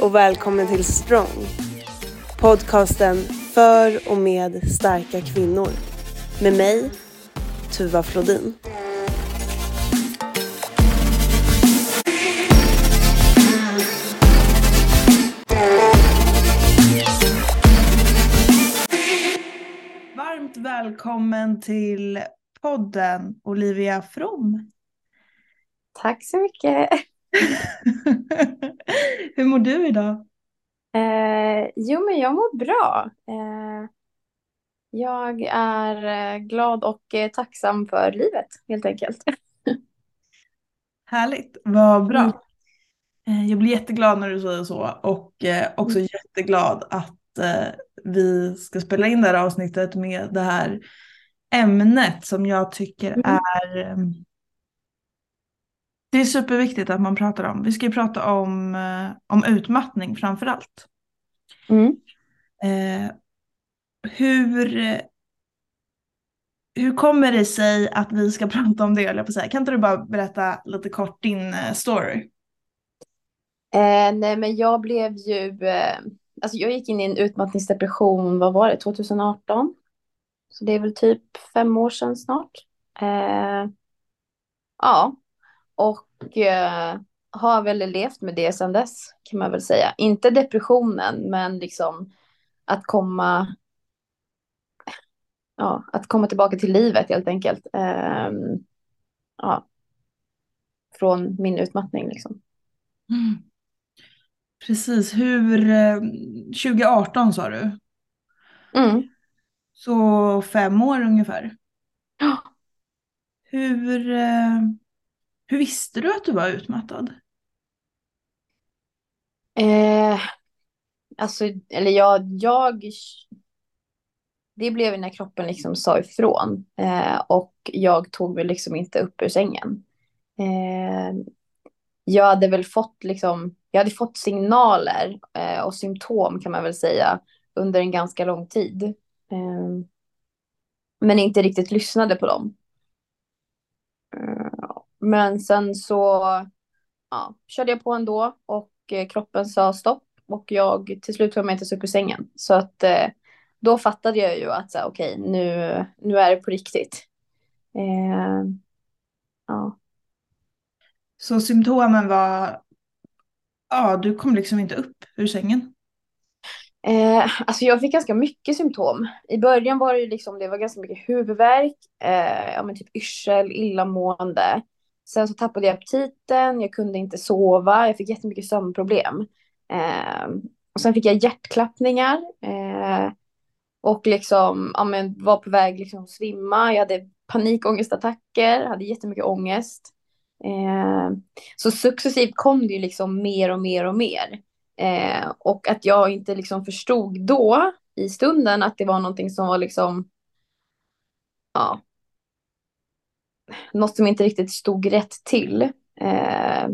och välkommen till Strong. Podcasten för och med starka kvinnor. Med mig, Tuva Flodin. Varmt välkommen till podden, Olivia From. Tack så mycket. Hur mår du idag? Men jag mår bra. Jag är glad och tacksam för livet, helt enkelt. Härligt, vad Mm. bra. Jag blir jätteglad när du säger så och också jätteglad att vi ska spela in det här avsnittet med det här ämnet som jag tycker Mm. är det är superviktigt att man pratar om. Vi ska ju prata om utmattning framför allt. Mm. Eh, hur, hur kommer det sig att vi ska prata om det? Jag på säga. Kan inte du bara berätta lite kort din story? Nej, men jag blev ju... alltså jag gick in i en utmattningsdepression, vad var det, 2018? Så det är väl typ 5 år sedan snart. Ja, och har väl levt med det sedan dess, kan man väl säga. Inte depressionen, men liksom att komma... att komma tillbaka till livet helt enkelt. Ja, från min utmattning liksom. Mm. Precis, 2018 sa du? Mm. Så 5 år ungefär. Ja. Hur, hur visste du att du var utmattad? Eh, alltså, eller det blev ju när kroppen liksom sa ifrån. Och jag tog väl liksom inte upp ur sängen. Eh, jag hade väl fått liksom, jag hade fått signaler och symptom kan man väl säga under en ganska lång tid. Men inte riktigt lyssnade på dem. Men sen så körde jag på ändå och kroppen sa stopp och jag till slut kom jag inte ens upp ur sängen. Så att då fattade jag ju att okej, nu är det på riktigt. Eh, ja. Så symptomen var, ja, du kom liksom inte upp ur sängen. Alltså jag fick ganska mycket symptom. I början var det ju liksom, det var ganska mycket huvudvärk, men typ yrsel, illamående. Sen så tappade jag aptiten, jag kunde inte sova, jag fick jättemycket sömnproblem. Eh, och sen fick jag hjärtklappningar. Och liksom, var på väg liksom att svimma. Jag hade panikångestattacker, hade jättemycket ångest. Eh, så successivt kom det ju liksom mer och mer och mer. Och att jag inte liksom förstod då i stunden att det var någonting som var liksom, ja, något som inte riktigt stod rätt till. Eh,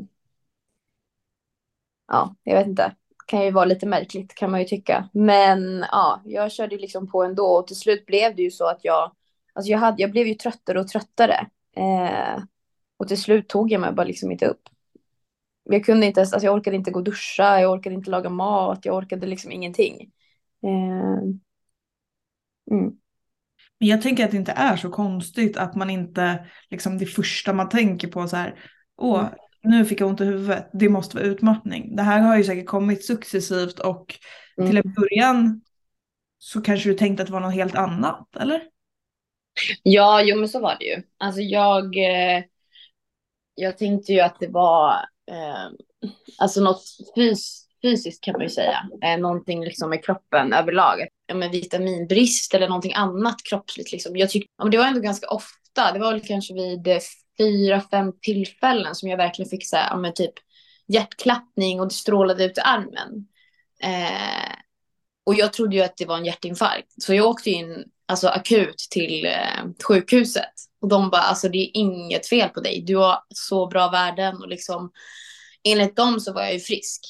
jag vet inte. Kan ju vara lite märkligt kan man ju tycka. Men ja, jag körde liksom på ändå och till slut blev det ju så att jag blev ju tröttare och tröttare. Och till slut tog jag mig bara liksom inte upp. Jag kunde inte ens, alltså jag orkade inte gå och duscha, jag orkade inte laga mat, jag orkade liksom ingenting. Eh, mm, Men jag tänker att det inte är så konstigt att man inte, liksom det första man tänker på så här, åh, mm, nu fick jag ont i huvudet, det måste vara utmattning. Det här har ju säkert kommit successivt och till en mm. början så kanske du tänkte att det var något helt annat, eller? Ja, jo men så var det ju. Alltså jag tänkte ju att det var alltså något fysiskt kan man ju säga. Någonting liksom med kroppen överlag. Ja, men vitaminbrist eller någonting annat kroppsligt. Liksom. Jag tycker, ja, men det var ändå ganska ofta. Det var väl kanske vid 4-5 tillfällen som jag verkligen fick så här, ja, men typ hjärtklappning och det strålade ut i armen. Eh, och jag trodde ju att det var en hjärtinfarkt. Så jag åkte in alltså, akut till sjukhuset. Och de bara, alltså det är inget fel på dig. Du har så bra värden och liksom enligt dem så var jag ju frisk.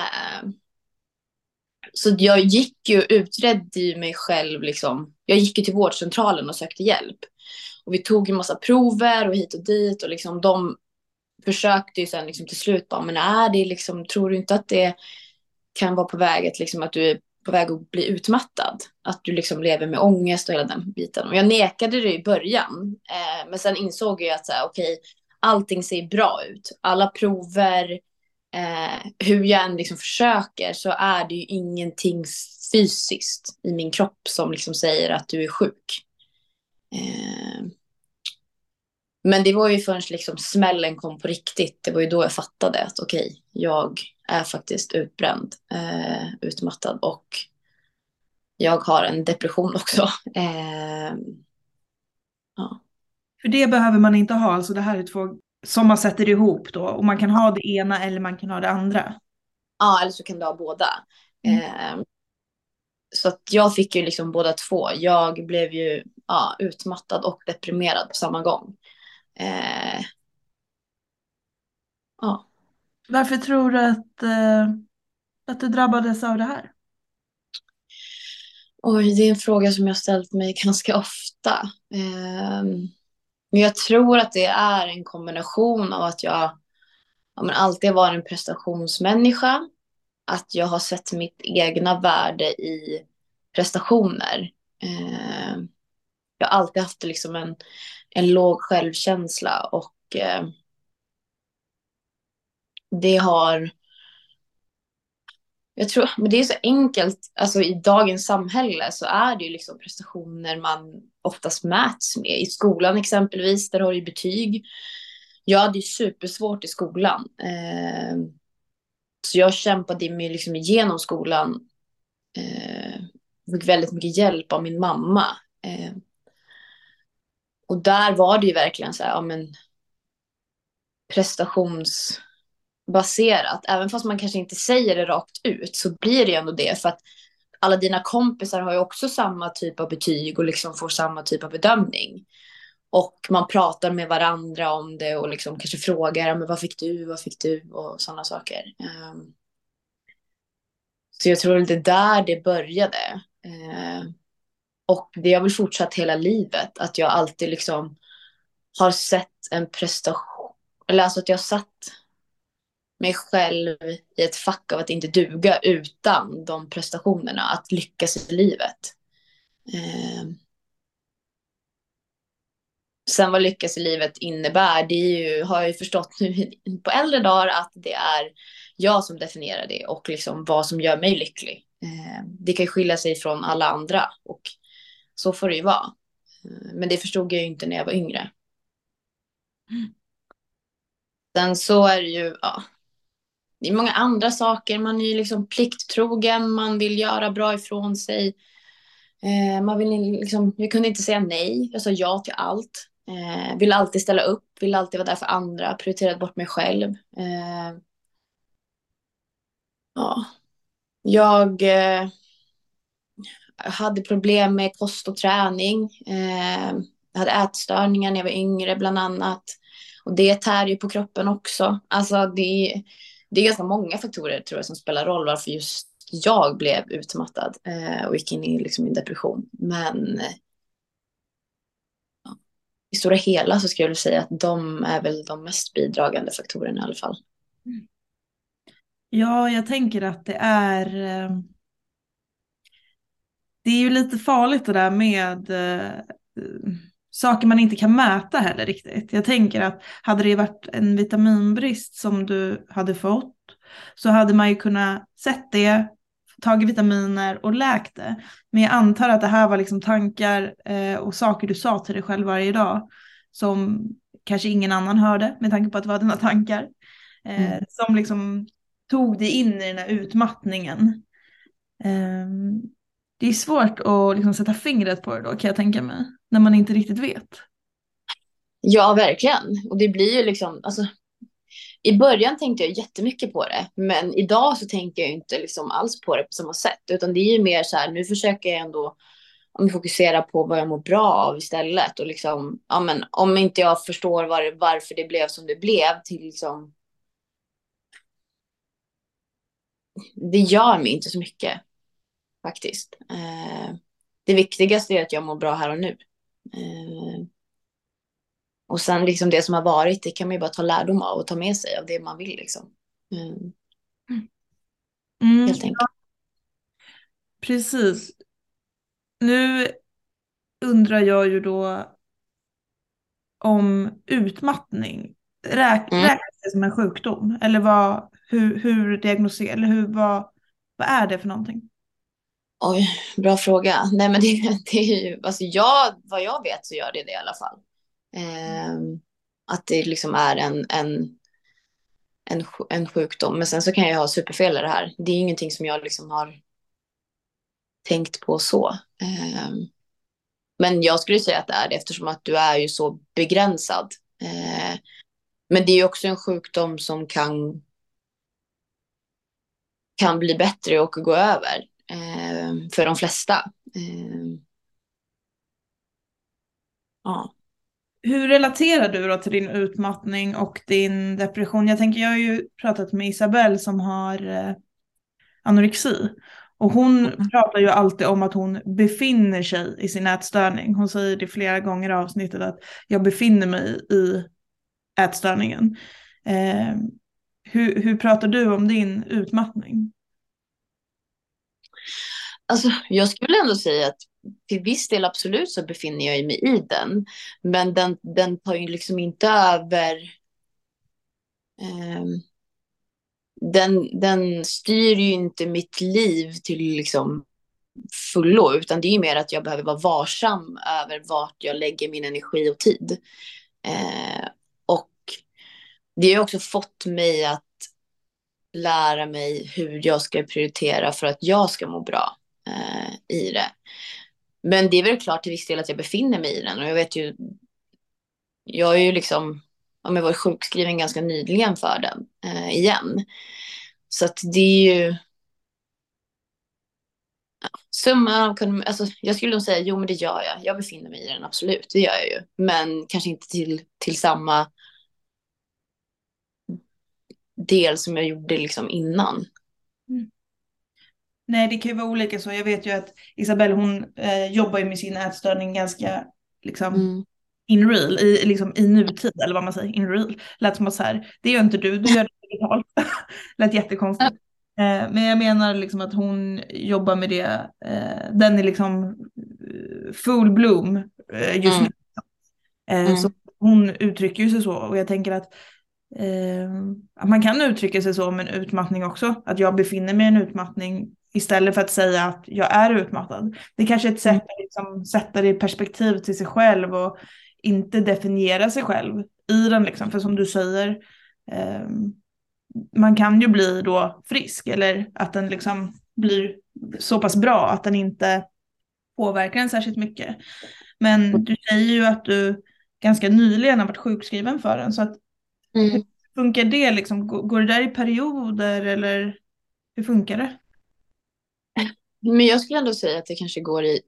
Så jag gick ju, utredde ju mig själv liksom. Jag gick ju till vårdcentralen och sökte hjälp. Och vi tog en massa prover och hit och dit och liksom de försökte ju sen liksom till slut bara, men är det liksom, tror du inte att det kan vara på väg att, liksom, att du är på väg att bli utmattad. Att du liksom lever med ångest och hela den biten. Och jag nekade det i början. Men sen insåg jag att så här, okej, allting ser bra ut. Alla prover, hur jag än liksom försöker så är det ju ingenting fysiskt i min kropp som liksom säger att du är sjuk. Men det var ju förrän liksom smällen kom på riktigt. Det var ju då jag fattade att okej, jag är faktiskt utbränd, utmattad och jag har en depression också. Ja. För det behöver man inte ha, alltså det här är två som man sätter ihop då. Och man kan ha det ena eller man kan ha det andra. Ja, eller så kan du ha båda. Mm. Så att jag fick ju liksom båda två. Jag blev ju utmattad och deprimerad på samma gång. Ja. Varför tror du att du drabbades av det här? Oj, det är en fråga som jag ställt mig ganska ofta. Men jag tror att det är en kombination av att jag alltid har varit en prestationsmänniska. Att jag har sett mitt egna värde i prestationer. Jag har alltid haft liksom en låg självkänsla och det har... Jag tror, men det är så enkelt, alltså i dagens samhälle så är det ju liksom prestationer man oftast mäts med. I skolan exempelvis, där har du betyg. Jag hade ju supersvårt i skolan. Så jag kämpade mig liksom igenom skolan. Fick väldigt mycket hjälp av min mamma. Och där var det ju verkligen så här, ja men prestationsbaserat. Även fast man kanske inte säger det rakt ut så blir det ju ändå det. För att alla dina kompisar har ju också samma typ av betyg och liksom får samma typ av bedömning. Och man pratar med varandra om det och liksom kanske frågar, men vad fick du och sådana saker. Så jag tror att det är där det började. Och det har väl fortsatt hela livet. Att jag alltid liksom har sett en prestation. Eller alltså att jag har satt mig själv i ett fack av att inte duga utan de prestationerna. Att lyckas i livet. Sen vad lyckas i livet innebär, det är ju, har jag ju förstått nu på äldre dagar att det är jag som definierar det och liksom vad som gör mig lycklig. Det kan ju skilja sig från alla andra och så får det ju vara. Men det förstod jag ju inte när jag var yngre. Sen så är det ju, det är många andra saker. Man är ju liksom plikttrogen, man vill göra bra ifrån sig. Man vill liksom, jag kunde inte säga nej, jag sa ja till allt. Vill alltid ställa upp, vill alltid vara där för andra, prioriterat bort mig själv. Ja. Jag hade problem med kost och träning. Jag hade ätstörningar när jag var yngre bland annat. Och det tär ju på kroppen också. Alltså det är ganska många faktorer tror jag som spelar roll varför just jag blev utmattad och gick in i liksom en depression. Men i stora hela så skulle jag säga att de är väl de mest bidragande faktorerna i alla fall. Ja, jag tänker att det är ju lite farligt det där med saker man inte kan mäta heller riktigt. Jag tänker att hade det varit en vitaminbrist som du hade fått så hade man ju kunnat sett det, tagit vitaminer och läkt det. Men jag antar att det här var liksom tankar och saker du sa till dig själv varje dag som kanske ingen annan hörde med tanke på att det var dina tankar. Som liksom tog dig in i den här utmattningen. Det är svårt att liksom sätta fingret på det då kan jag tänka mig. När man inte riktigt vet. Ja, verkligen. Och det blir ju liksom, alltså, i början tänkte jag jättemycket på det. Men idag så tänker jag inte liksom alls på det på samma sätt. Utan det är ju mer så här, nu försöker jag ändå fokusera på vad jag mår bra av istället. Och liksom, ja men om inte jag förstår varför det blev som det blev till liksom, det gör mig inte så mycket faktiskt. Det viktigaste är att jag mår bra här och nu. Och sen liksom det som har varit, det kan man ju bara ta lärdom av och ta med sig av det man vill liksom. Mm, helt enkelt. precis. Nu undrar jag ju då om utmattning. Mm. Räknas det som en sjukdom? Eller hur diagnostiseras, eller vad är det för någonting? Oj, bra fråga. Nej, men det är ju, alltså vad jag vet så gör det i alla fall. Att det liksom är en sjukdom. Men sen så kan jag ha superfel i det här. Det är ingenting som jag liksom har tänkt på så. Men jag skulle säga att det är det eftersom att du är ju så begränsad. Men det är ju också en sjukdom som kan bli bättre och gå över för de flesta. Ja. Hur relaterar du då till din utmattning och din depression? Jag tänker, jag har ju pratat med Isabelle som har anorexi. Och hon pratar ju alltid om att hon befinner sig i sin ätstörning. Hon säger det flera gånger i avsnittet att jag befinner mig i ätstörningen. Eh, hur pratar du om din utmattning? Alltså, jag skulle ändå säga att till viss del absolut så befinner jag mig i den. Men den tar ju liksom inte över. ehm, den styr ju inte mitt liv till liksom fullo, utan det är ju mer att jag behöver vara varsam över vart jag lägger min energi och tid. Och det har också fått mig att lära mig hur jag ska prioritera för att jag ska må bra i det. Men det är väl klart till viss del att jag befinner mig i den. Och jag vet ju, jag är ju liksom, om jag var sjukskriven ganska nyligen för den igen. Så att det är ju alltså jag skulle nog säga, jo men det gör jag. Jag befinner mig i den, absolut, det gör jag ju. Men kanske inte till samma del som jag gjorde liksom innan. Mm. Nej, det kan ju vara olika så. Jag vet ju att Isabelle, hon jobbar ju med sin ätstörning ganska liksom Mm. in real, liksom, i nutid, eller vad man säger, in real. Lät som att så här, det gör inte du gör det digitalt. Lät jättekonstigt. Men jag menar liksom att hon jobbar med det, den är liksom full bloom just nu. Mm. Så Mm. hon uttrycker ju sig så, och jag tänker att man kan uttrycka sig så om en utmattning också, att jag befinner mig i en utmattning istället för att säga att jag är utmattad. Det kanske är ett sätt att liksom sätta det i perspektiv till sig själv och inte definiera sig själv i den liksom. För som du säger, eh, man kan ju bli då frisk, eller att den liksom blir så pass bra att den inte påverkar en särskilt mycket. Men du säger ju att du ganska nyligen har varit sjukskriven för den, så att hur Mm. funkar det liksom? Går det där i perioder, eller hur funkar det? Men jag skulle ändå säga att det kanske går i.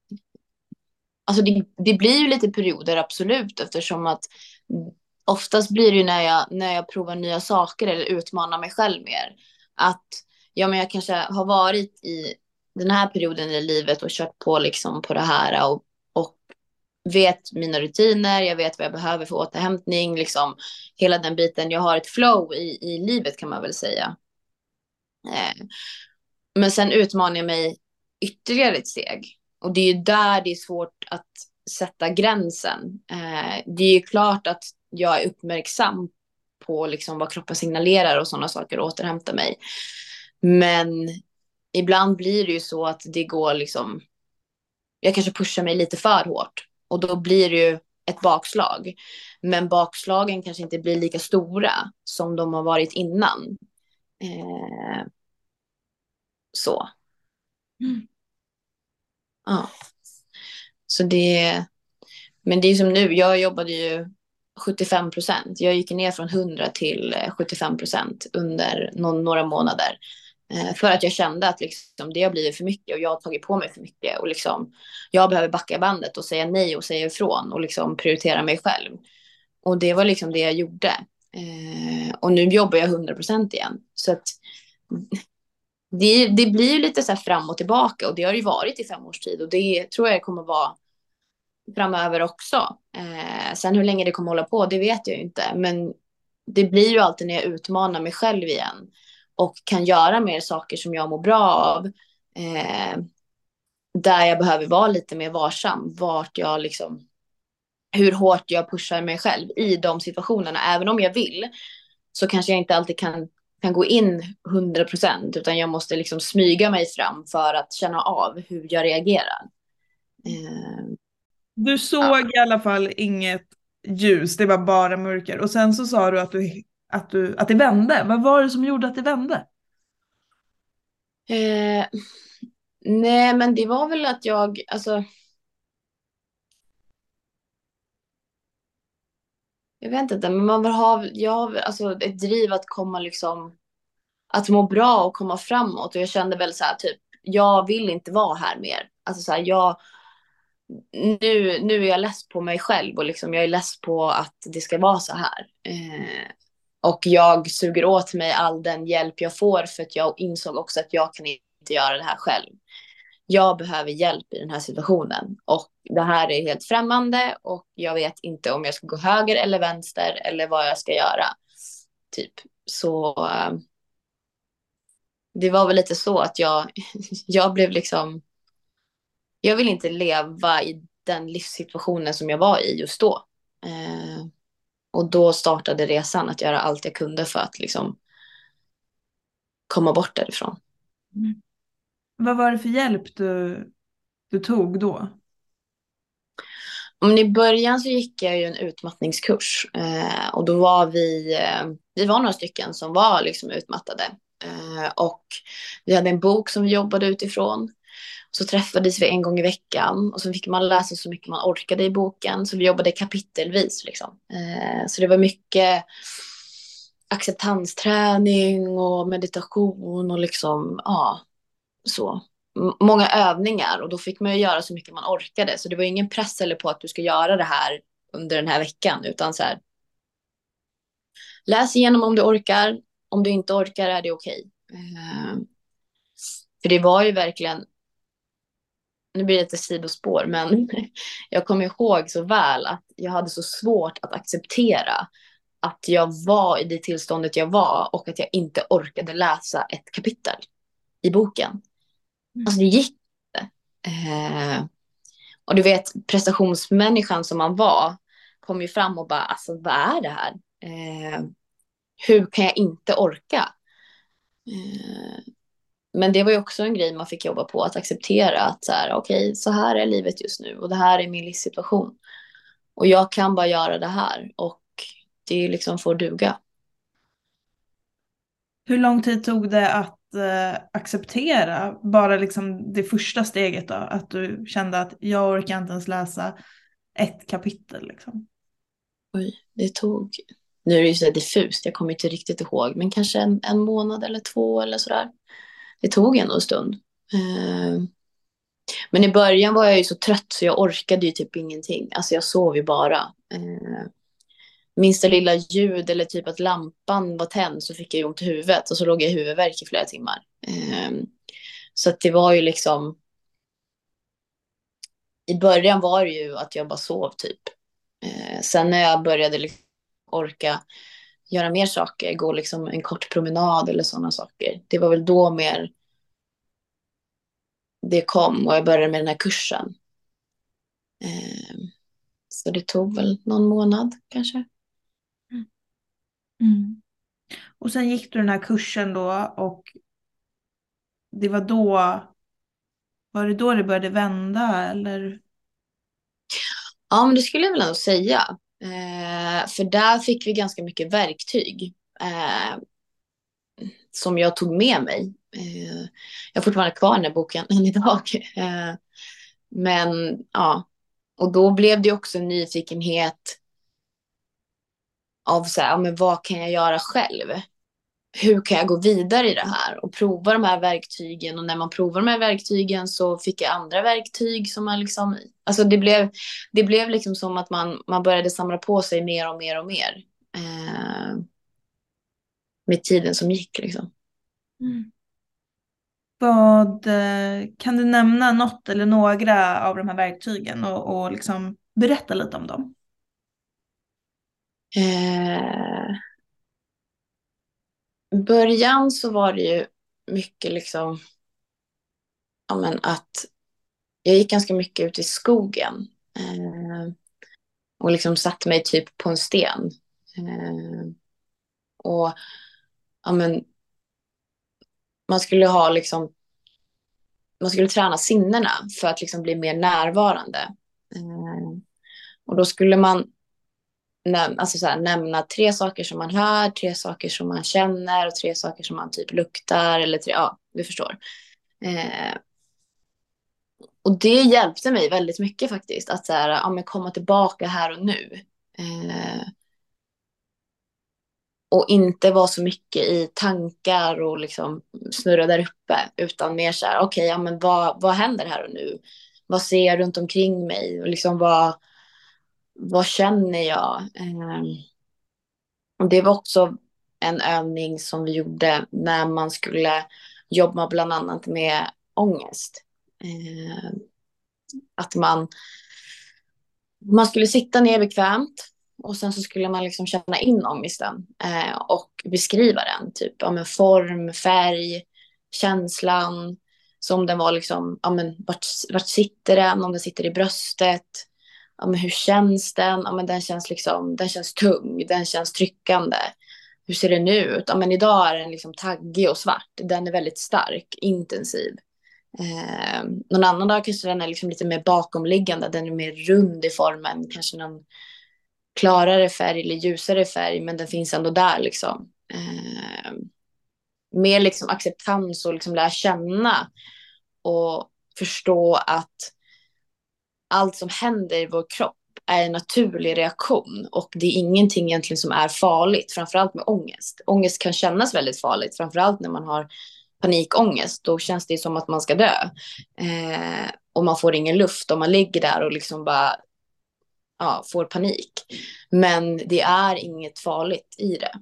Alltså det blir ju lite perioder, absolut, eftersom att oftast blir det ju när jag provar nya saker eller utmanar mig själv mer. Att ja, men jag kanske har varit i den här perioden i livet och kört på liksom på det här och vet mina rutiner, jag vet vad jag behöver för återhämtning, liksom hela den biten. Jag har ett flow i livet kan man väl säga. Eh, Men sen utmanar jag mig ytterligare ett steg. Och det är ju där det är svårt att sätta gränsen. Det är ju klart att jag är uppmärksam på liksom vad kroppen signalerar och sådana saker och återhämta mig. Men ibland blir det ju så att det går liksom, jag kanske pushar mig lite för hårt. Och då blir det ju ett bakslag. Men bakslagen kanske inte blir lika stora som de har varit innan. Eh, så. Mm. Ja. Så men det är som nu, jag jobbade ju 75%. Jag gick ner från 100 till 75% under några månader. För att jag kände att liksom, det har blivit för mycket och jag har tagit på mig för mycket. Och liksom, jag behöver backa bandet och säga nej och säga ifrån och liksom prioritera mig själv. Och det var liksom det jag gjorde. Och nu jobbar jag 100% igen. Så att det blir ju lite så här fram och tillbaka. Och det har ju varit i 5 års tid. Och det tror jag kommer vara framöver också. Sen hur länge det kommer hålla på, det vet jag ju inte. Men det blir ju alltid när jag utmanar mig själv igen. och kan göra mer saker som jag mår bra av. Där jag behöver vara lite mer varsam. Vart jag liksom, hur hårt jag pushar mig själv i de situationerna. Även om jag vill så kanske jag inte alltid kan gå in 100%, utan jag måste liksom smyga mig fram för att känna av hur jag reagerar. Eh, Du ja. såg i alla fall inget ljus, det var bara mörker. Och sen så sa du att det vände. Vad var det som gjorde att det vände? eh, nej, men det var väl att jag vet inte, men man vill ha, jag har alltså ett driv att komma liksom, att må bra och komma framåt. Och jag kände väl så här, typ, jag vill inte vara här mer. Alltså så här, nu är jag less på mig själv och liksom, jag är less på att det ska vara så här. Och jag suger åt mig all den hjälp jag får, för att jag insåg också att jag kan inte göra det här själv. Jag behöver hjälp i den här situationen och det här är helt främmande och jag vet inte om jag ska gå höger eller vänster eller vad jag ska göra. Typ. Så det var väl lite så att jag blev liksom, jag vill inte leva i den livssituationen som jag var i just då. Och då startade resan att göra allt jag kunde för att liksom komma bort därifrån. Mm. Vad var det för hjälp du tog då? Men i början så gick jag ju en utmattningskurs och då var vi var några stycken som var liksom utmattade. Och vi hade en bok som vi jobbade utifrån. Så träffades vi en gång i veckan och så fick man läsa så mycket man orkade i boken. Så vi jobbade kapitelvis liksom. Så det var mycket acceptansträning och meditation och liksom, ja, så. Många övningar och då fick man ju göra så mycket man orkade. Så det var ingen press eller på att du ska göra det här under den här veckan, utan så här, läs igenom om du orkar. Om du inte orkar är det okej. För det var ju verkligen, nu blir det lite sidospår, men jag kommer ihåg så väl att jag hade så svårt att acceptera att jag var i det tillståndet jag var och att jag inte orkade läsa ett kapitel i boken. Alltså det gick inte. Och du vet, prestationsmänniskan som man var kom ju fram och bara, alltså vad är det här? Hur kan jag inte orka? Men det var ju också en grej man fick jobba på, att acceptera att så här, okej, så här är livet just nu och det här är min livssituation. Och jag kan bara göra det här och det liksom får duga. Hur lång tid tog det att acceptera bara liksom det första steget då? Att du kände att jag orkar inte ens läsa ett kapitel liksom. Oj, det tog, nu är det ju så diffust, jag kommer inte riktigt ihåg, men kanske en månad eller två eller sådär. Det tog ändå en stund. Men i början var jag ju så trött så jag orkade ju typ ingenting. Alltså jag sov ju bara. Minsta lilla ljud eller typ att lampan var tänd så fick jag ju ont i huvudet och så låg jag i huvudvärk i flera timmar. Så att det var ju liksom, i början var det ju att jag bara sov typ. Sen när jag började liksom orka göra mer saker, gå liksom en kort promenad eller sådana saker. Det var väl då mer det kom och jag började med den här kursen. Så det tog väl någon månad kanske. Mm. Och sen gick du den här kursen då och det var det då det började vända eller? Ja, men det skulle jag väl ändå säga. För där fick vi ganska mycket verktyg som jag tog med mig. Jag har fortfarande kvar den här boken än idag. Men ja, och då blev det också en nyfikenhet av så här, ja, men vad kan jag göra själv? Hur kan jag gå vidare i det här och prova de här verktygen, och när man provar de här verktygen så fick jag andra verktyg som man liksom, alltså det blev liksom som att man började samla på sig mer och mer och mer med tiden som gick liksom. Mm. Kan du nämna något eller några av de här verktygen och liksom berätta lite om dem? Eh, I början så var det ju mycket liksom, ja men att jag gick ganska mycket ut i skogen. Och liksom satte mig typ på en sten. Eh, och ja men man skulle ha liksom, man skulle träna sinnena för att liksom bli mer närvarande. Och då skulle man alltså så här, nämna 3 saker som man hör, 3 saker som man känner och 3 saker som man typ luktar eller 3, ja, du förstår. Eh, och det hjälpte mig väldigt mycket faktiskt att så här, ja, men komma tillbaka här och nu. Eh, och inte vara så mycket i tankar och liksom snurra där uppe utan mer så här, okej, ja, men vad händer här och nu? Vad ser jag runt omkring mig och liksom vad känner jag? Och det var också en övning som vi gjorde när man skulle jobba bland annat med ångest. Eh, att man skulle sitta ner bekvämt och sen så skulle man liksom känna in ångesten och beskriva den. Typ ja, men form, färg, känslan. Som den var liksom, ja, men vart sitter den? Om den sitter i bröstet. Ja, men hur känns den? Ja, men den känns liksom, den känns tung, den känns tryckande. Hur ser den ut? Ja, men idag är den liksom taggig och svart. Den är väldigt stark, intensiv. Någon annan dag kanske den är liksom lite mer bakomliggande. Den är mer rund i formen. Kanske någon klarare färg eller ljusare färg. Men den finns ändå där liksom. Mer liksom acceptans och liksom lära känna. Och förstå att allt som händer i vår kropp är en naturlig reaktion. Och det är ingenting egentligen som är farligt. Framförallt med ångest. Ångest kan kännas väldigt farligt. Framförallt när man har panikångest, då känns det som att man ska dö. Och man får ingen luft och man ligger där och liksom bara får panik. Men det är inget farligt i det.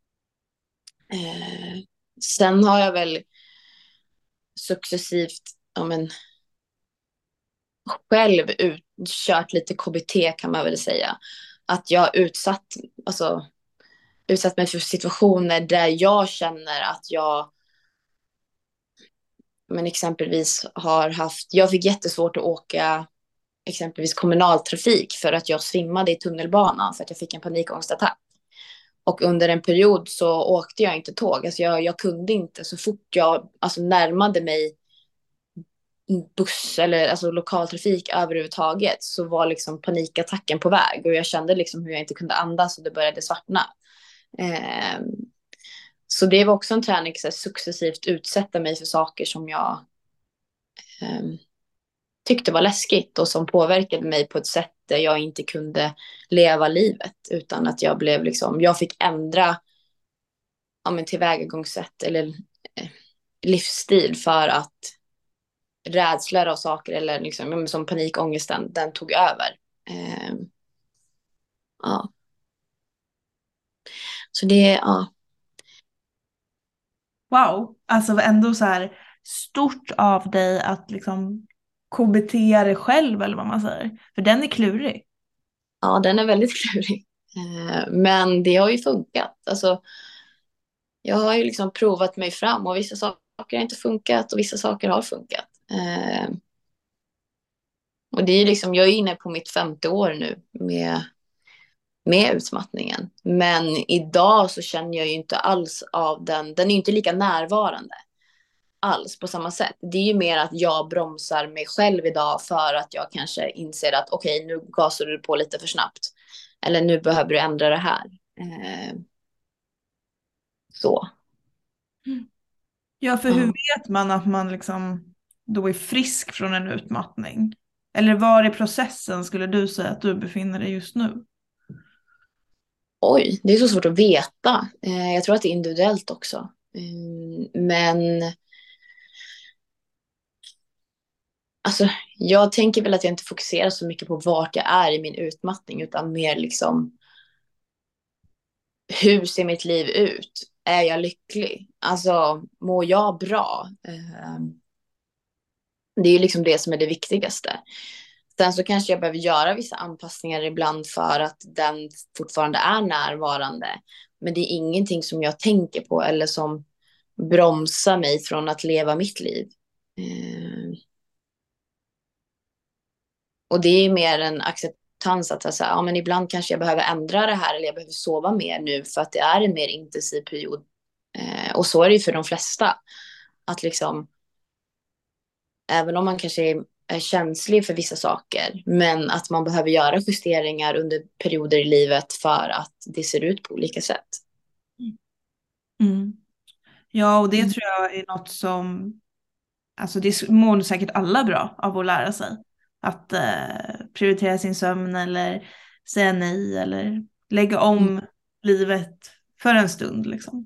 Sen har jag väl successivt själv kört lite KBT kan man väl säga. Att jag har utsatt mig för situationer där jag känner att jag exempelvis jag fick jättesvårt att åka exempelvis kommunaltrafik för att jag svimmade i tunnelbanan för att jag fick en panikångestattack. Och under en period så åkte jag inte tåg. Alltså jag kunde inte, så fort jag närmade mig buss eller lokaltrafik överhuvudtaget så var liksom panikattacken på väg. Och jag kände liksom hur jag inte kunde andas och det började svartna. Eh, så det var också en träning, så här, successivt utsätta mig för saker som jag tyckte var läskigt och som påverkade mig på ett sätt där jag inte kunde leva livet utan att jag fick ändra tillvägagångssätt eller livsstil för att rädslor av saker eller liksom, som panikångesten, den tog över. Ja. Så det, ja. Wow, alltså ändå så här stort av dig att liksom KBT dig själv eller vad man säger. För den är klurig. Ja, den är väldigt klurig. Men det har ju funkat. Alltså, jag har ju liksom provat mig fram och vissa saker har inte funkat och vissa saker har funkat. Och det är liksom, jag är inne på mitt 5:e år nu med utmattningen. Men idag så känner jag ju inte alls av den. Den är ju inte lika närvarande alls på samma sätt. Det är ju mer att jag bromsar mig själv idag för att jag kanske inser att okej, nu gasar du på lite för snabbt. Eller nu behöver du ändra det här. Så. Ja, för hur vet man att man liksom då är frisk från en utmattning? Eller var i processen skulle du säga att du befinner dig just nu? Oj, det är så svårt att veta. Jag tror att det är individuellt också. Men alltså, jag tänker väl att jag inte fokuserar så mycket på vart jag är i min utmattning utan mer liksom hur ser mitt liv ut? Är jag lycklig? Alltså, mår jag bra? Det är ju liksom det som är det viktigaste. Sen så kanske jag behöver göra vissa anpassningar ibland för att den fortfarande är närvarande. Men det är ingenting som jag tänker på eller som bromsar mig från att leva mitt liv. Eh, och det är mer en acceptans att säga, ja, men ibland kanske jag behöver ändra det här eller jag behöver sova mer nu för att det är en mer intensiv period. Och så är det ju för de flesta. Att liksom, även om man kanske är känslig för vissa saker, men att man behöver göra justeringar under perioder i livet för att det ser ut på olika sätt. Mm. Ja, och det Mm. tror jag är något som, alltså det mår säkert alla bra av att lära sig. Att prioritera sin sömn eller säga nej eller lägga om livet för en stund liksom.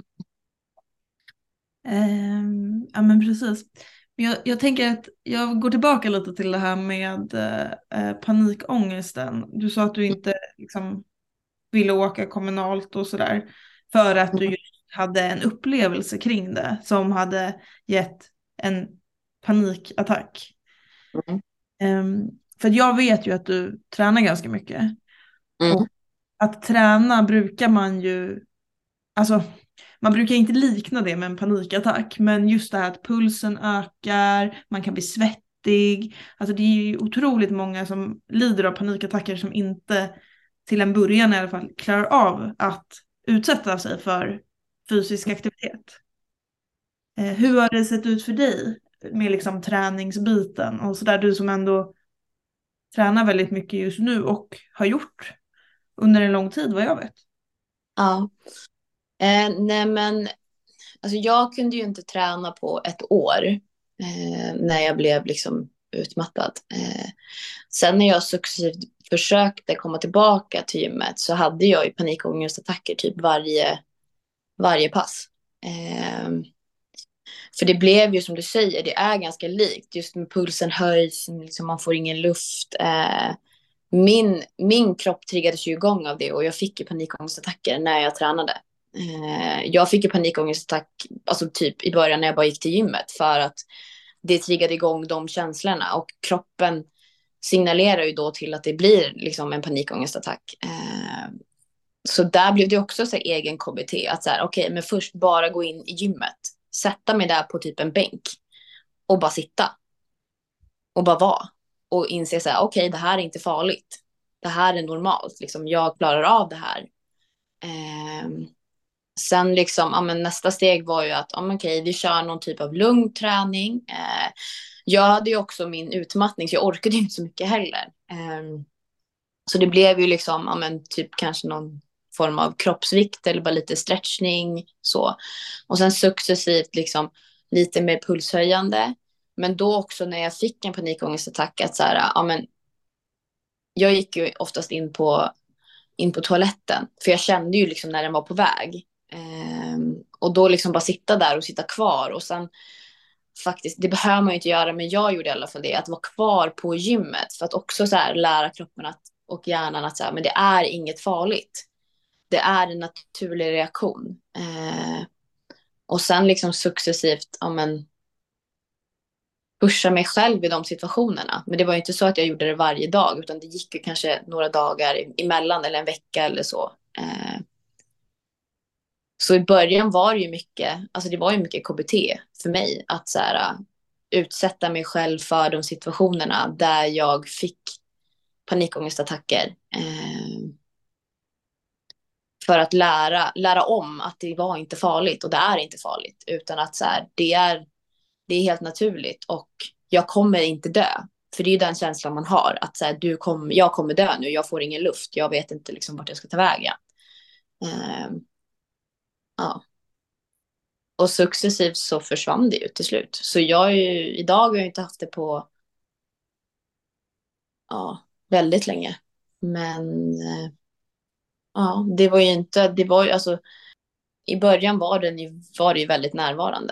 Ja men precis. Men jag tänker att jag går tillbaka lite till det här med panikångesten. Du sa att du inte liksom ville åka kommunalt och sådär för att du just hade en upplevelse kring det som hade gett en panikattack. Mm. För jag vet ju att du tränar ganska mycket. Och Mm. att träna brukar man ju, alltså man brukar inte likna det med en panikattack, men just det här att pulsen ökar, man kan bli svettig. Alltså det är ju otroligt många som lider av panikattacker som inte till en början i alla fall klarar av att utsätta sig för fysisk aktivitet. Hur har det sett ut för dig med liksom träningsbiten och sådär, du som ändå tränar väldigt mycket just nu och har gjort under en lång tid vad jag vet? Ja. Nej men, alltså jag kunde ju inte träna på ett år när jag blev liksom utmattad. Sen när jag successivt försökte komma tillbaka till gymmet så hade jag ju panikångestattacker typ varje pass. Eh, för det blev ju som du säger, det är ganska likt. Just med pulsen höjs, liksom man får ingen luft. Min kropp triggades ju igång av det och jag fick ju panikångestattacker när jag tränade. Jag fick ju panikångestattack alltså typ i början när jag bara gick till gymmet för att det triggade igång de känslorna och kroppen signalerar ju då till att det blir liksom en panikångestattack. Så där blev det också så här egen KBT att så här, okej, men först bara gå in i gymmet, sätta mig där på typ en bänk och bara sitta och bara vara och inse så här, okej, det här är inte farligt. Det här är normalt, liksom jag klarar av det här. Sen liksom, ja, men nästa steg var ju att, ja, men okej, vi kör någon typ av lungträning. Jag hade ju också min utmattning, så jag orkade ju inte så mycket heller. Så det blev ju liksom, ja, men typ kanske någon form av kroppsvikt eller bara lite stretchning så. Och sen successivt liksom lite mer pulshöjande. Men då också när jag fick en panikångestattack att så här, ja men jag gick ju oftast in på toaletten. För jag kände ju liksom när den var på väg. Och då liksom bara sitta där och sitta kvar. Och sen faktiskt, det behöver man ju inte göra, men jag gjorde i alla fall det. Att vara kvar på gymmet. För att också så här lära kroppen och hjärnan att så här, men det är inget farligt. Det är en naturlig reaktion. Och sen liksom successivt, ja men pusha mig själv i de situationerna. Men det var ju inte så att jag gjorde det varje dag, utan det gick ju kanske några dagar emellan eller en vecka eller så. Så i början var det ju mycket, alltså det var ju mycket KBT för mig att så här, utsätta mig själv för de situationerna där jag fick panikångestattacker. För att lära om att det var inte farligt och det är inte farligt, utan att så här, det är helt naturligt och jag kommer inte dö. För det är ju den känslan man har, att så här, jag kommer dö nu, jag får ingen luft, jag vet inte liksom vart jag ska ta vägen. Ja. Och successivt så försvann det ju till slut. Så idag har jag inte haft det på väldigt länge. Men ja, det var ju inte, det var ju alltså, i början var det ju väldigt närvarande.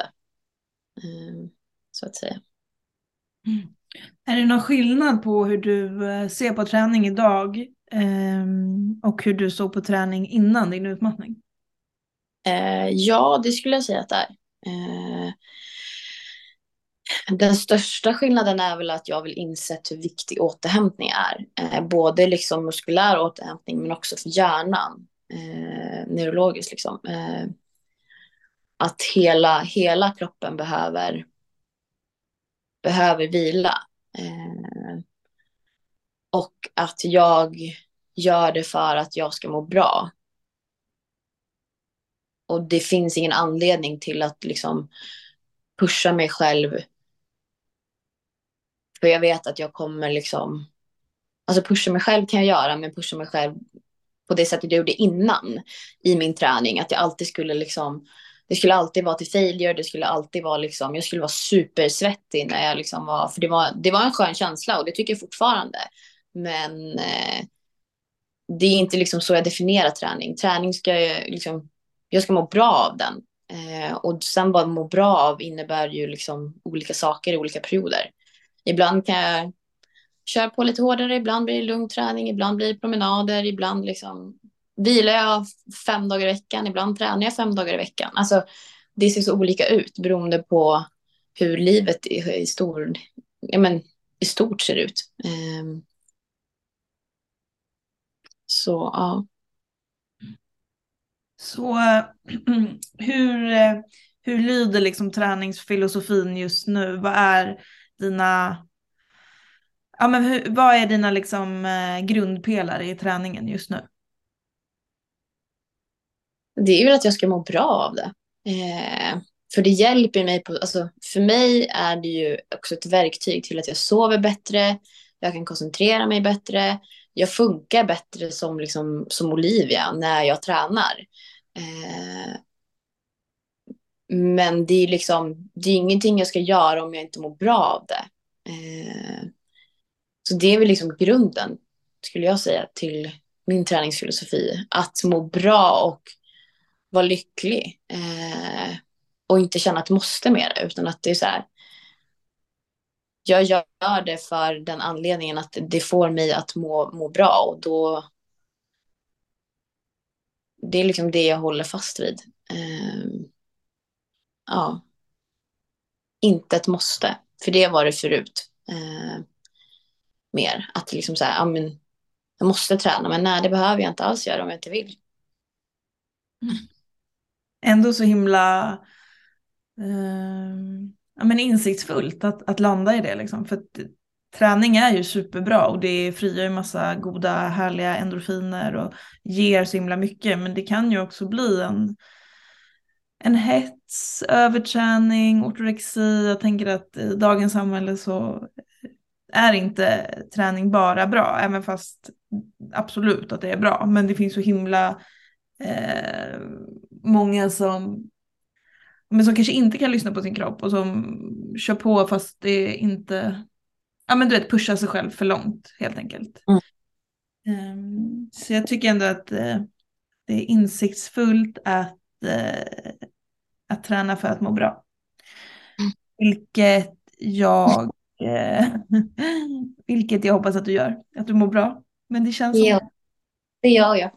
Så att säga. Mm. Är det någon skillnad på hur du ser på träning idag och hur du såg på träning innan din utmattning? Ja, det skulle jag säga att det är. Den största skillnaden är väl att jag vill insett hur viktig återhämtning är. Både liksom muskulär återhämtning men också för hjärnan. neurologiskt liksom. Att hela kroppen behöver vila. Eh, och att jag gör det för att jag ska må bra. Och det finns ingen anledning till att liksom pusha mig själv. För jag vet att jag kommer liksom... Alltså pusha mig själv kan jag göra, men pusha mig själv på det sättet jag gjorde innan i min träning. Att jag alltid skulle liksom... Det skulle alltid vara till failure, det skulle alltid vara liksom... Jag skulle vara supersvettig när jag liksom var... För det var en skön känsla och det tycker jag fortfarande. Men det är inte liksom så jag definierar träning. Träning ska jag liksom... Jag ska må bra av den. Och sen vad må bra av innebär ju liksom olika saker i olika perioder. Ibland kan jag köra på lite hårdare, ibland blir det lugn träning, ibland blir det promenader, ibland liksom vilar jag 5 dagar i veckan, ibland tränar jag 5 dagar i veckan. Alltså det ser så olika ut beroende på hur livet i stort ser ut. Så ja. Så hur, hur lyder liksom träningsfilosofin just nu? Vad är dina, ja, men vad är dina liksom, grundpelare i träningen just nu? Det är väl att jag ska må bra av det. För det hjälper mig alltså för mig är det ju också ett verktyg till att jag sover bättre, jag kan koncentrera mig bättre, jag funkar bättre som Olivia när jag tränar. Eh, men det är liksom, det är ingenting jag ska göra om jag inte mår bra av det. Så det är väl liksom grunden, skulle jag säga, till min träningsfilosofi. Att må bra och vara lycklig. Och inte känna att jag måste med det, utan att det är så här. Jag gör det för den anledningen att det får mig att må bra. Och då, det är liksom det jag håller fast vid. Ja, inte ett måste. För det var det förut. Mer att liksom så här, ja, men jag måste träna, men nej, det behöver jag inte alls göra om jag inte vill. Ändå så himla ja, men insiktsfullt att landa i det liksom. För att träning är ju superbra och det frigör ju massa goda härliga endorfiner och ger så himla mycket, men det kan ju också bli en hets, överträning, ortorexi. Jag tänker att i dagens samhälle så är inte träning bara bra, även fast absolut att det är bra, men det finns så himla många som kanske inte kan lyssna på sin kropp och som kör på fast det inte, ja men du vet, pushar sig själv för långt helt enkelt. Mm. Så jag tycker ändå att det är insiktsfullt att träna för att må bra. Vilket jag vilket jag hoppas att du gör, att du mår bra. Men det känns som Ja, det gör jag.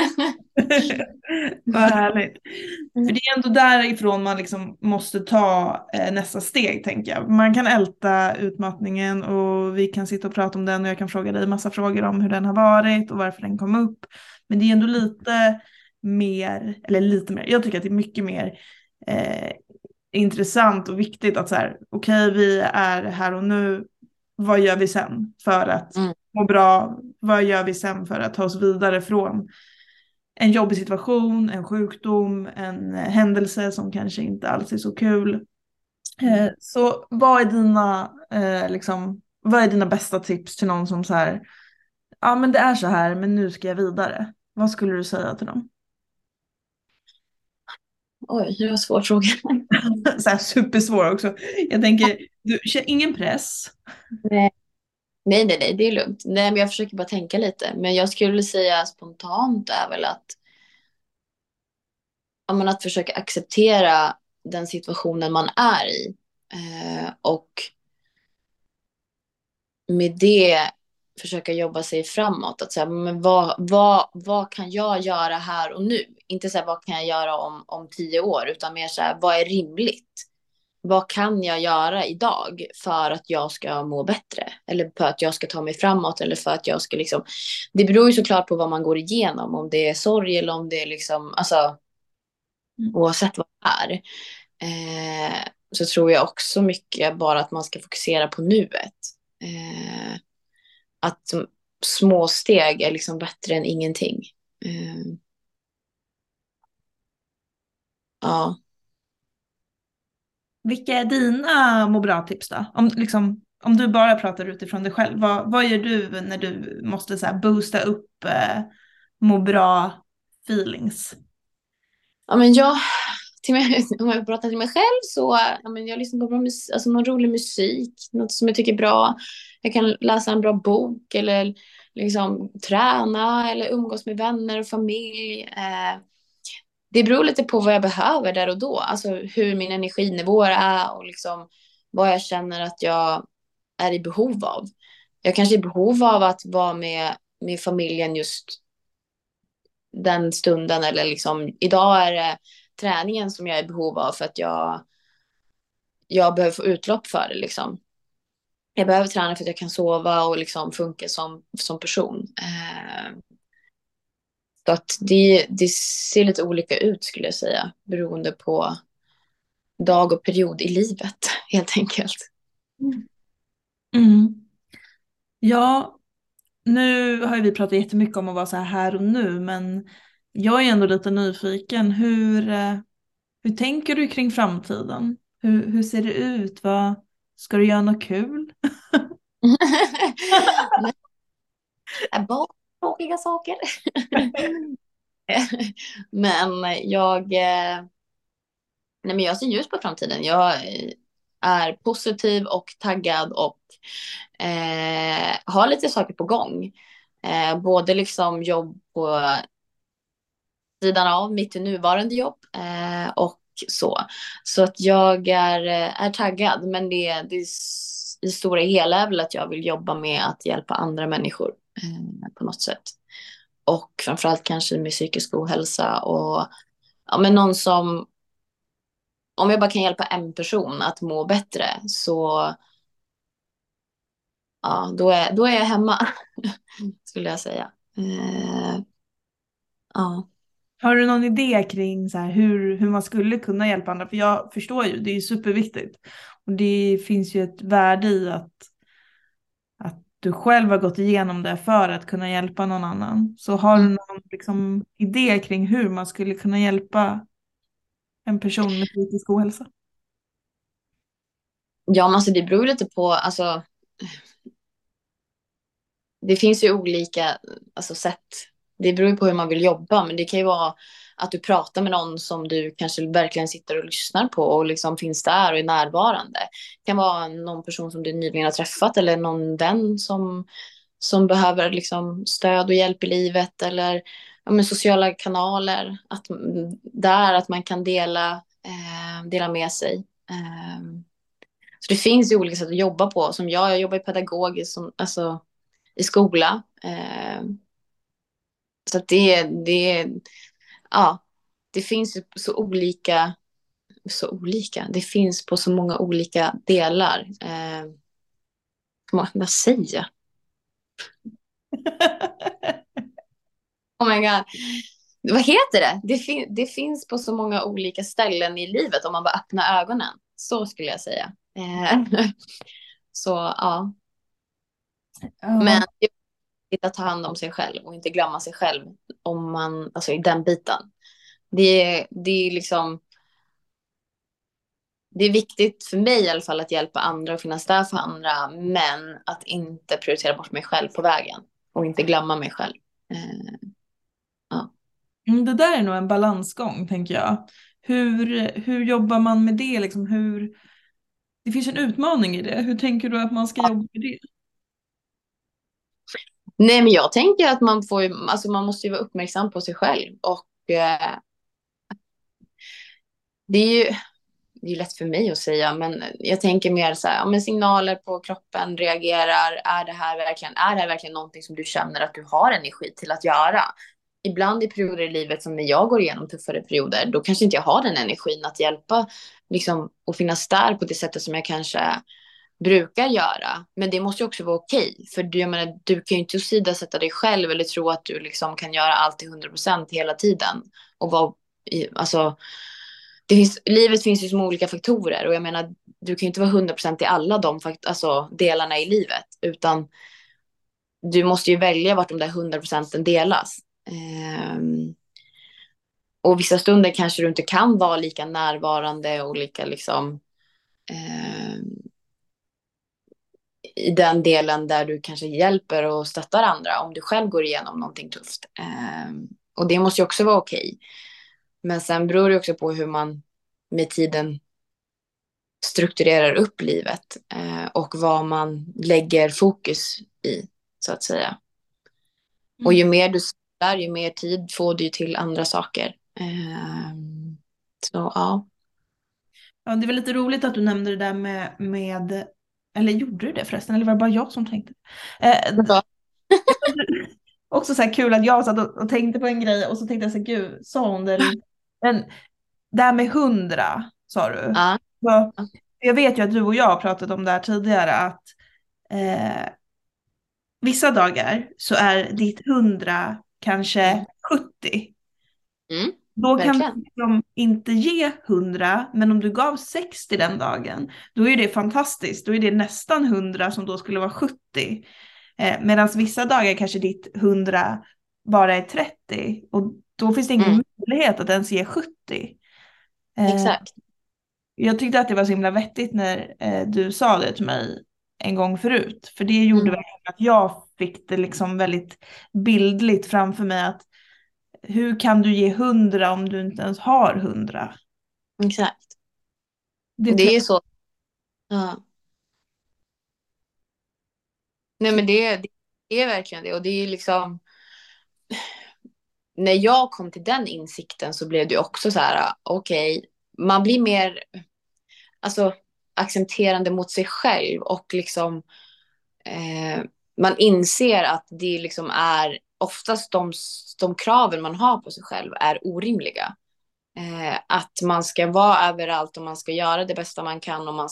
vad härligt. För det är ändå därifrån man liksom måste ta nästa steg, tänker jag. Man kan älta utmattningen och vi kan sitta och prata om den och jag kan fråga dig massa frågor om hur den har varit och varför den kom upp. Men det är ändå lite mer, jag tycker att det är mycket mer intressant och viktigt att så här, okej, vi är här och nu, vad gör vi sen för att må bra? Vad gör vi sen för att ta oss vidare från en jobbig situation, en sjukdom, en händelse som kanske inte alls är så kul. Så vad är vad är dina bästa tips till någon som så här, ja men det är så här, men nu ska jag vidare. Vad skulle du säga till dem? Oj, det var en svår fråga. Så här supersvår också. Jag tänker, du känner ingen press. Nej, nej, det är lugnt. Nej, men jag försöker bara tänka lite. Men jag skulle säga spontant är väl att, ja, men att försöka acceptera den situationen man är i. Och med det försöka jobba sig framåt. Att säga, men vad kan jag göra här och nu? Inte så här, vad kan jag göra om 10 år, utan mer så här, vad är rimligt? vad kan jag göra idag för att jag ska må bättre? Eller för att jag ska ta mig framåt? Eller för att jag ska liksom... Det beror ju såklart på vad man går igenom. Om det är sorg eller om det är liksom... Alltså, Mm. oavsett vad det är. Så tror jag också mycket bara att man ska fokusera på nuet. Att små steg är liksom bättre än ingenting. Eh, ja. Vilka är dina må bra-tips då? Om du bara pratar utifrån dig själv, vad gör du när du måste så här boosta upp må bra-feelings? Ja, men jag, till mig, om jag pratar till mig själv så ja, men jag lyssnar på bra alltså någon rolig musik, något som jag tycker är bra. Jag kan läsa en bra bok eller liksom träna eller umgås med vänner och familj. Det beror lite på vad jag behöver där och då, alltså hur min energinivå är och liksom vad jag känner att jag är i behov av. Jag kanske är i behov av att vara med familjen just den stunden eller liksom idag är det träningen som jag är i behov av för att jag behöver få utlopp för det liksom. Jag behöver träna för att jag kan sova och liksom funka som person. Så att det ser lite olika ut skulle jag säga beroende på dag och period i livet helt enkelt. Mm. Ja, nu har ju vi pratat jättemycket om att vara så här och nu, men jag är ändå lite nyfiken. Hur tänker du kring framtiden? Hur ser det ut? Ska du göra något kul? Nej, bara tråkiga saker. Men nej, men jag ser ljus på framtiden. Jag är positiv och taggad och har lite saker på gång. Både liksom jobb på sidan av mitt nuvarande jobb och så. Så att jag är taggad. Men det i stora hela är väl att jag vill jobba med att hjälpa andra människor på något sätt. Och framförallt kanske med psykisk ohälsa och ja, men någon som om jag bara kan hjälpa en person att må bättre så ja, då är jag hemma skulle jag säga. Ja. Har du någon idé kring så här, hur man skulle kunna hjälpa andra? För jag förstår ju, det är ju superviktigt. Och det finns ju ett värde i att du själv har gått igenom det för att kunna hjälpa någon annan. Så har du Mm. någon liksom, idé kring hur man skulle kunna hjälpa en person med psykisk ohälsa? Ja, men alltså det beror lite på, alltså det finns ju olika alltså, sätt. Det beror ju på hur man vill jobba, men det kan ju vara att du pratar med någon som du kanske verkligen sitter och lyssnar på och liksom finns där och är närvarande. Det kan vara någon person som du nyligen har träffat eller någon vän som behöver liksom stöd och hjälp i livet eller ja, men sociala kanaler. Att man kan dela med sig. Så det finns ju olika sätt att jobba på. Som jag jobbar pedagogiskt alltså, i skola. Så att ja, det finns ju så olika. Det finns på så många olika delar. Vad säger jag? Oh my god. Vad heter det? Det finns på så många olika ställen i livet om man bara öppnar ögonen. Så skulle jag säga. Så ja. Men Ja. det är viktigt att ta hand om sig själv och inte glömma sig själv om man, alltså i den biten. Det är liksom, det är viktigt för mig i alla fall att hjälpa andra och finnas där för andra, men att inte prioritera bort mig själv på vägen och inte glömma mig själv. Ja. Det där är nog en balansgång, tänker jag. Hur jobbar man med det? Liksom, det finns en utmaning i det. Hur tänker du att man ska jobba med det? Nej, men jag tänker att alltså man måste ju vara uppmärksam på sig själv och det är ju det är lätt för mig att säga, men jag tänker mer så här, ja, men signaler på kroppen reagerar, är det här verkligen någonting som du känner att du har energi till att göra? ibland i perioder i livet som när jag går igenom tuffare perioder, då kanske inte jag har den energin att hjälpa liksom, och finnas där på det sättet som jag kanske brukar göra. Men det måste ju också vara okej. För du, jag menar, du kan ju inte åsidosätta dig själv eller tro att du liksom kan göra allt till 100% hela tiden. Och vara alltså, livet finns ju som olika faktorer. Och jag menar, du kan ju inte vara 100% i alla de alltså, delarna i livet. Utan du måste ju välja vart de där 100% delas. Och vissa stunder kanske du inte kan vara lika närvarande och lika liksom i den delen där du kanske hjälper och stöttar andra om du själv går igenom någonting tufft. Och det måste ju också vara okej. Men sen beror det också på hur man med tiden strukturerar upp livet och vad man lägger fokus i, så att säga. Och ju mer du spelar, ju mer tid får du till andra saker. Så ja. Ja, det är väl lite roligt att du nämnde det där med eller gjorde du det förresten? Eller var det bara jag som tänkte? Ja. Också så här kul att jag satt och tänkte på en grej och så tänkte jag så här, gud, sa hon det? Men det här med 100, sa du. Ja. Så, jag vet ju att du och jag har pratat om det här tidigare, att vissa dagar så är ditt 100 kanske 70. Mm, Då kan verkligen. du liksom inte ge 100, men om du gav 60 den dagen, då är det fantastiskt. Då är det nästan 100 som då skulle vara 70. Medan vissa dagar kanske ditt 100 bara är 30. Och då finns det ingen möjlighet att ens ge 70. Exakt. Jag tyckte att det var så himla vettigt när du sa det till mig en gång förut. För det gjorde verkligen att jag fick det liksom väldigt bildligt framför mig, att hur kan du ge 100 om du inte ens har 100? Exakt. Det Det tror är så. Ja. Nej, men det är verkligen det. Och det är liksom, när jag kom till den insikten så blev det också så här, okej, man blir mer alltså, accepterande mot sig själv och liksom man inser att det liksom är oftast de kraven man har på sig själv är orimliga. Att man ska vara överallt och man ska göra det bästa man kan och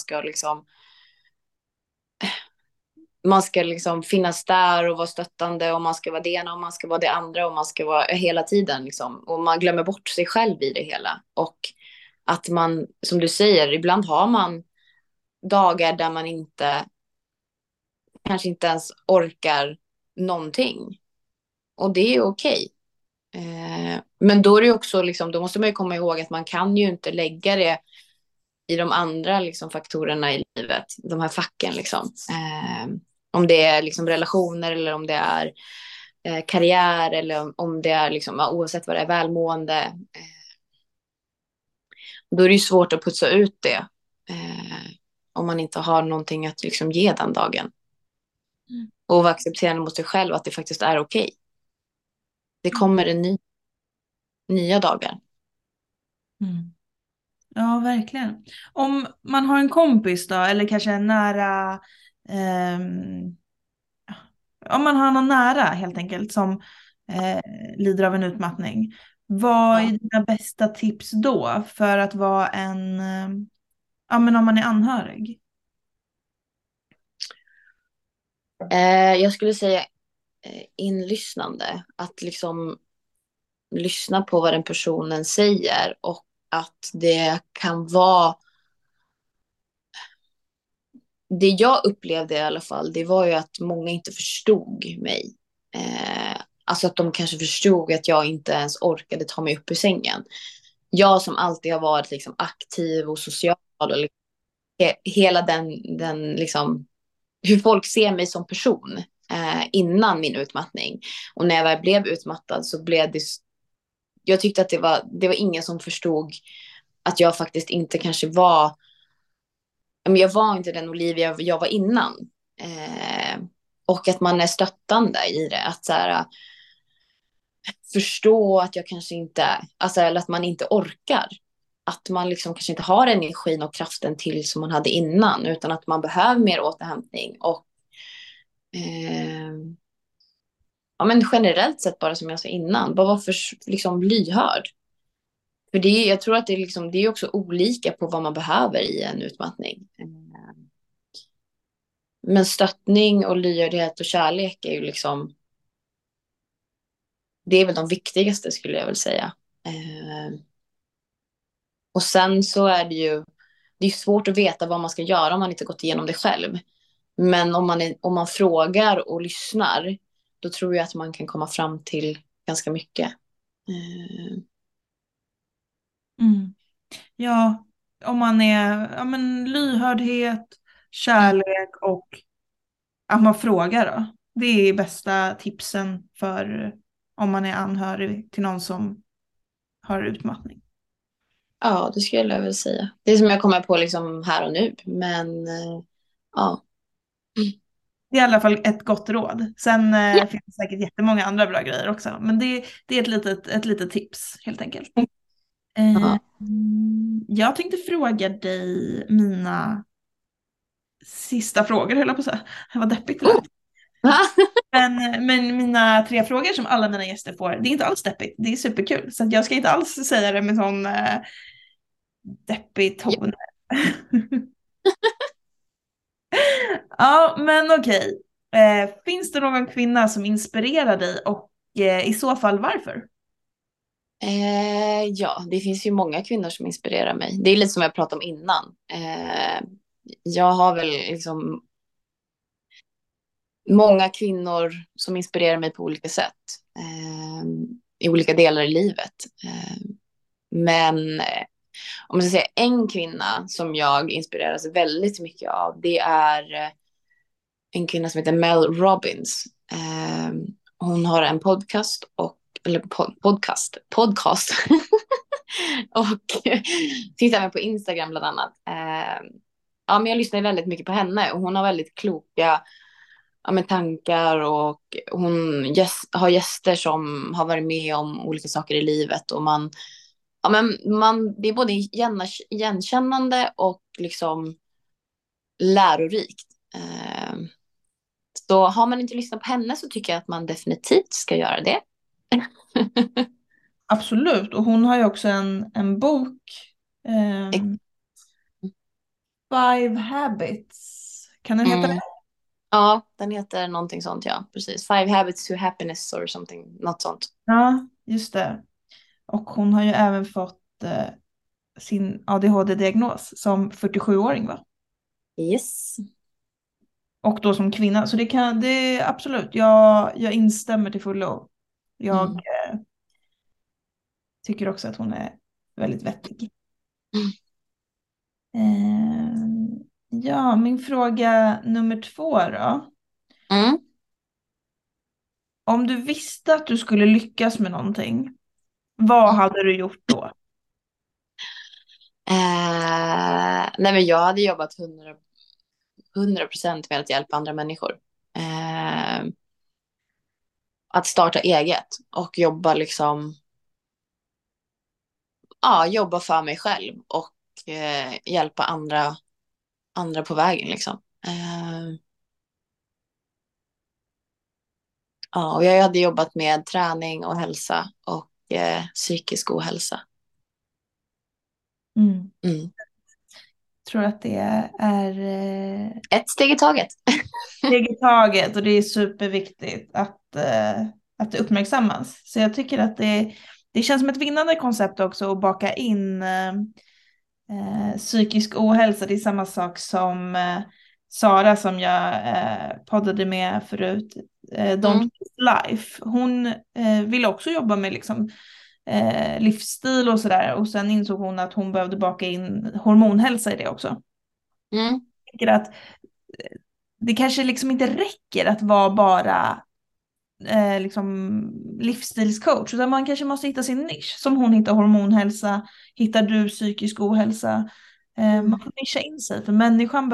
man ska liksom finnas där och vara stöttande och man ska vara det ena och man ska vara det andra och man ska vara hela tiden liksom. Och man glömmer bort sig själv i det hela. Och att man, som du säger, ibland har man dagar där man kanske inte ens orkar någonting. Och det är okej. Men då är det också liksom, då måste man ju komma ihåg att man kan ju inte lägga det i de andra liksom, faktorerna i livet, de här facken liksom. Om det är liksom relationer eller om det är karriär eller om det är liksom, oavsett vad det är, välmående. Då är det ju svårt att putsa ut det om man inte har någonting att liksom ge den dagen. Och vara accepterande mot sig själv att det faktiskt är okej. Det kommer nya dagar. Ja, verkligen. Om man har en kompis då, eller kanske en nära, ehm, om man har någon nära helt enkelt som lider av en utmattning. Vad är Ja. dina bästa tips då för att vara ja men om man är anhörig? Jag skulle säga inlyssnande. Att liksom lyssna på vad den personen säger och att det kan vara... Det jag upplevde i alla fall, det var ju att många inte förstod mig. Alltså att de kanske förstod att jag inte ens orkade ta mig upp ur sängen. Jag som alltid har varit liksom aktiv och social och liksom, hela den liksom, hur folk ser mig som person innan min utmattning. Och när jag väl blev utmattad så blev det... Jag tyckte att det var ingen som förstod att jag faktiskt inte kanske var... Men jag var inte den Olivia jag var innan. Och att man är stöttande i det. Att så här, förstå att jag kanske inte... Alltså, eller att man inte orkar. Att man liksom kanske inte har energin och kraften till som man hade innan. Utan att man behöver mer återhämtning. Och ja, men generellt sett bara som jag sa innan, bara vara för liksom lyhörd. För det, jag tror att det är, liksom, det är också olika på vad man behöver i en utmattning. Men stöttning och lyhördhet och kärlek är ju liksom, det är väl de viktigaste skulle jag väl säga. Och sen så är det är svårt att veta vad man ska göra om man inte gått igenom det själv. Men om man frågar och lyssnar, då tror jag att man kan komma fram till ganska mycket. Mm. Ja, om man är ja, men lyhördhet, Mm. kärlek och att man frågar då. Det är bästa tipsen för om man är anhörig till någon som har utmattning. Ja, det skulle jag väl säga. Det är som jag kommer på liksom här och nu. Men ja. Det är i alla fall ett gott råd. Sen Ja. finns det säkert jättemånga andra bra grejer också. Men det är ett litet tips helt enkelt. Ja. Jag tänkte fråga dig mina sista frågor, höll jag på att säga. Vad deppigt det lät. Men mina 3 frågor som alla mina gäster får, det är inte alls deppigt. Det är superkul. Så att jag ska inte alls säga det med sån deppig Ja. ton. Ja, men okej. Finns det någon kvinna som inspirerar dig och i så fall varför? Ja, det finns ju många kvinnor som inspirerar mig. Det är lite som jag pratade om innan. Jag har väl liksom många kvinnor som inspirerar mig på olika sätt. I olika delar i livet. Men om man ska säga en kvinna som jag inspireras väldigt mycket av, det är en kvinna som heter Mel Robbins. Hon har en podcast eller podcast och finns även på Instagram bland annat. Ja, men jag lyssnar väldigt mycket på henne och hon har väldigt kloka tankar och hon har gäster som har varit med om olika saker i livet och det är både igenkännande och liksom lärorikt. Så har man inte lyssnat på henne så tycker jag att man definitivt ska göra det. Absolut, och hon har ju också en bok, ehm, Five Habits. Kan den heta det? Mm. Ja, den heter någonting sånt, ja, precis. Five Habits to Happiness or something, något sånt. Ja, just det. Och hon har ju även fått sin ADHD-diagnos som 47-åring va? Yes. Och då som kvinna. Så det är absolut, jag instämmer till fullo. Jag Mm. tycker också att hon är väldigt vettig. Mm. Ja, min fråga nummer 2 då. Mm. Om du visste att du skulle lyckas med någonting, vad hade du gjort då? Nej, men jag hade jobbat 100% med att hjälpa andra människor. Att starta eget och jobba liksom, ja, jobba för mig själv och hjälpa andra på vägen liksom. Ja, och jag hade jobbat med träning och hälsa och psykisk ohälsa. Mm. Mm. Tror att det är Ett steg i taget. steg i taget och det är superviktigt att det uppmärksammas. Så jag tycker att det känns som ett vinnande koncept också att baka in psykisk ohälsa. Det är samma sak som Sara som jag poddade med förut, Don't Mm. Life. Hon ville också jobba med liksom, livsstil och sådär och sen insåg hon att hon behövde baka in hormonhälsa i det också. Mm. Jag tycker att det kanske liksom inte räcker att vara bara liksom livsstilscoach utan man kanske måste hitta sin nisch. Som hon hittar hormonhälsa, hittar du psykisk ohälsa. Man Mm. får nischa in sig för människan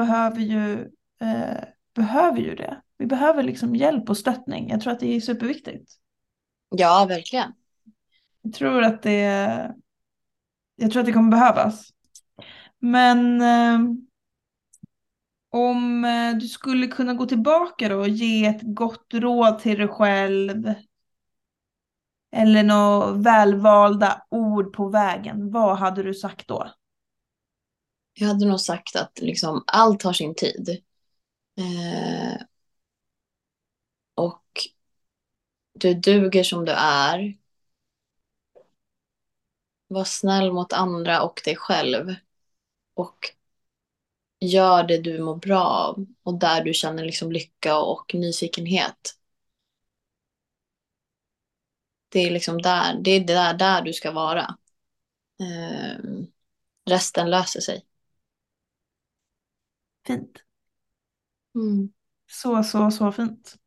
behöver ju det. Vi behöver liksom hjälp och stöttning. Jag tror att det är superviktigt. Ja, verkligen. Jag tror att det kommer behövas. Men Om du skulle kunna gå tillbaka då och ge ett gott råd till dig själv eller några välvalda ord på vägen, vad hade du sagt då? Jag hade nog sagt att liksom allt har sin tid. Eh, och du duger som du är. Var snäll mot andra och dig själv. Och gör det du mår bra av. Och där du känner liksom lycka och nyfikenhet. Det är liksom där, det är där du ska vara. Eh, resten löser sig. Fint. Mm. Så fint.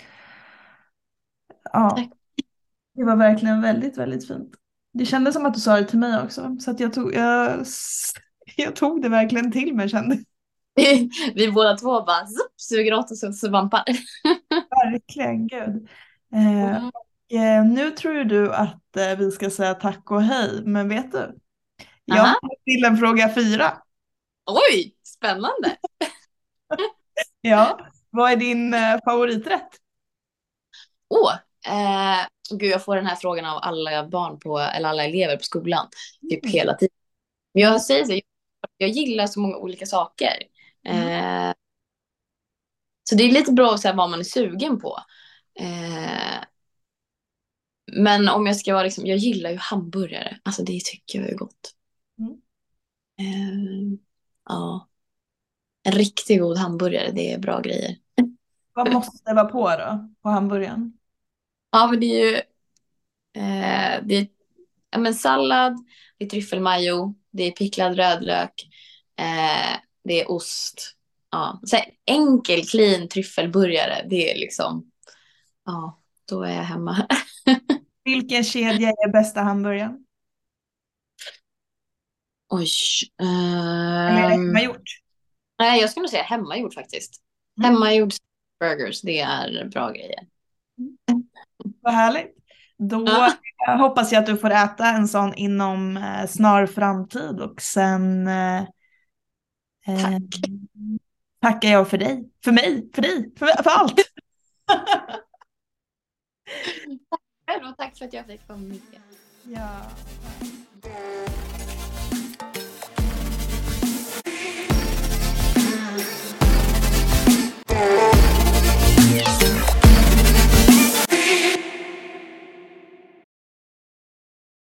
Ja, Tack. det var verkligen väldigt, väldigt fint. Det kändes som att du sa det till mig också, så att jag tog det verkligen till mig, kände jag. Vi båda två bara zup, suger åt oss och svampar. Verkligen, gud. Mm. Nu tror ju du att vi ska säga tack och hej, men vet du? Jag Aha. har till en fråga 4. Oj, spännande. Ja, vad är din favoriträtt? Åh, gud, jag får den här frågan av alla barn på, eller alla elever på skolan. Typ Mm. hela tiden. Men jag säger så, jag gillar så många olika saker. Mm. Eh, så det är lite bra att säga vad man är sugen på. Eh, men om jag ska vara liksom, jag gillar ju hamburgare. Alltså det tycker jag är gott. Mm. Ja, en riktigt god hamburgare, det är bra grejer. Vad måste det vara på då, på hamburgaren? Ja, men det är ju det är, ja, men sallad, det är tryffelmajo, det är picklad rödlök, det är ost. Ja, så här, enkel, clean tryffelburgare, det är liksom, ja, då är jag hemma. Vilken kedja är bästa hamburgaren? Oj. Eller är det hemmagjort? Nej, jag skulle nog säga hemmagjord faktiskt. Mm. Hemmagjord burgers, det är bra grejer. Vad härligt. Då Ja, hoppas jag att du får äta en sån inom snar framtid och sen eh, tack. tackar jag för dig, för mig, för dig, för allt. Själv och tack för att jag fick vara med. Ja.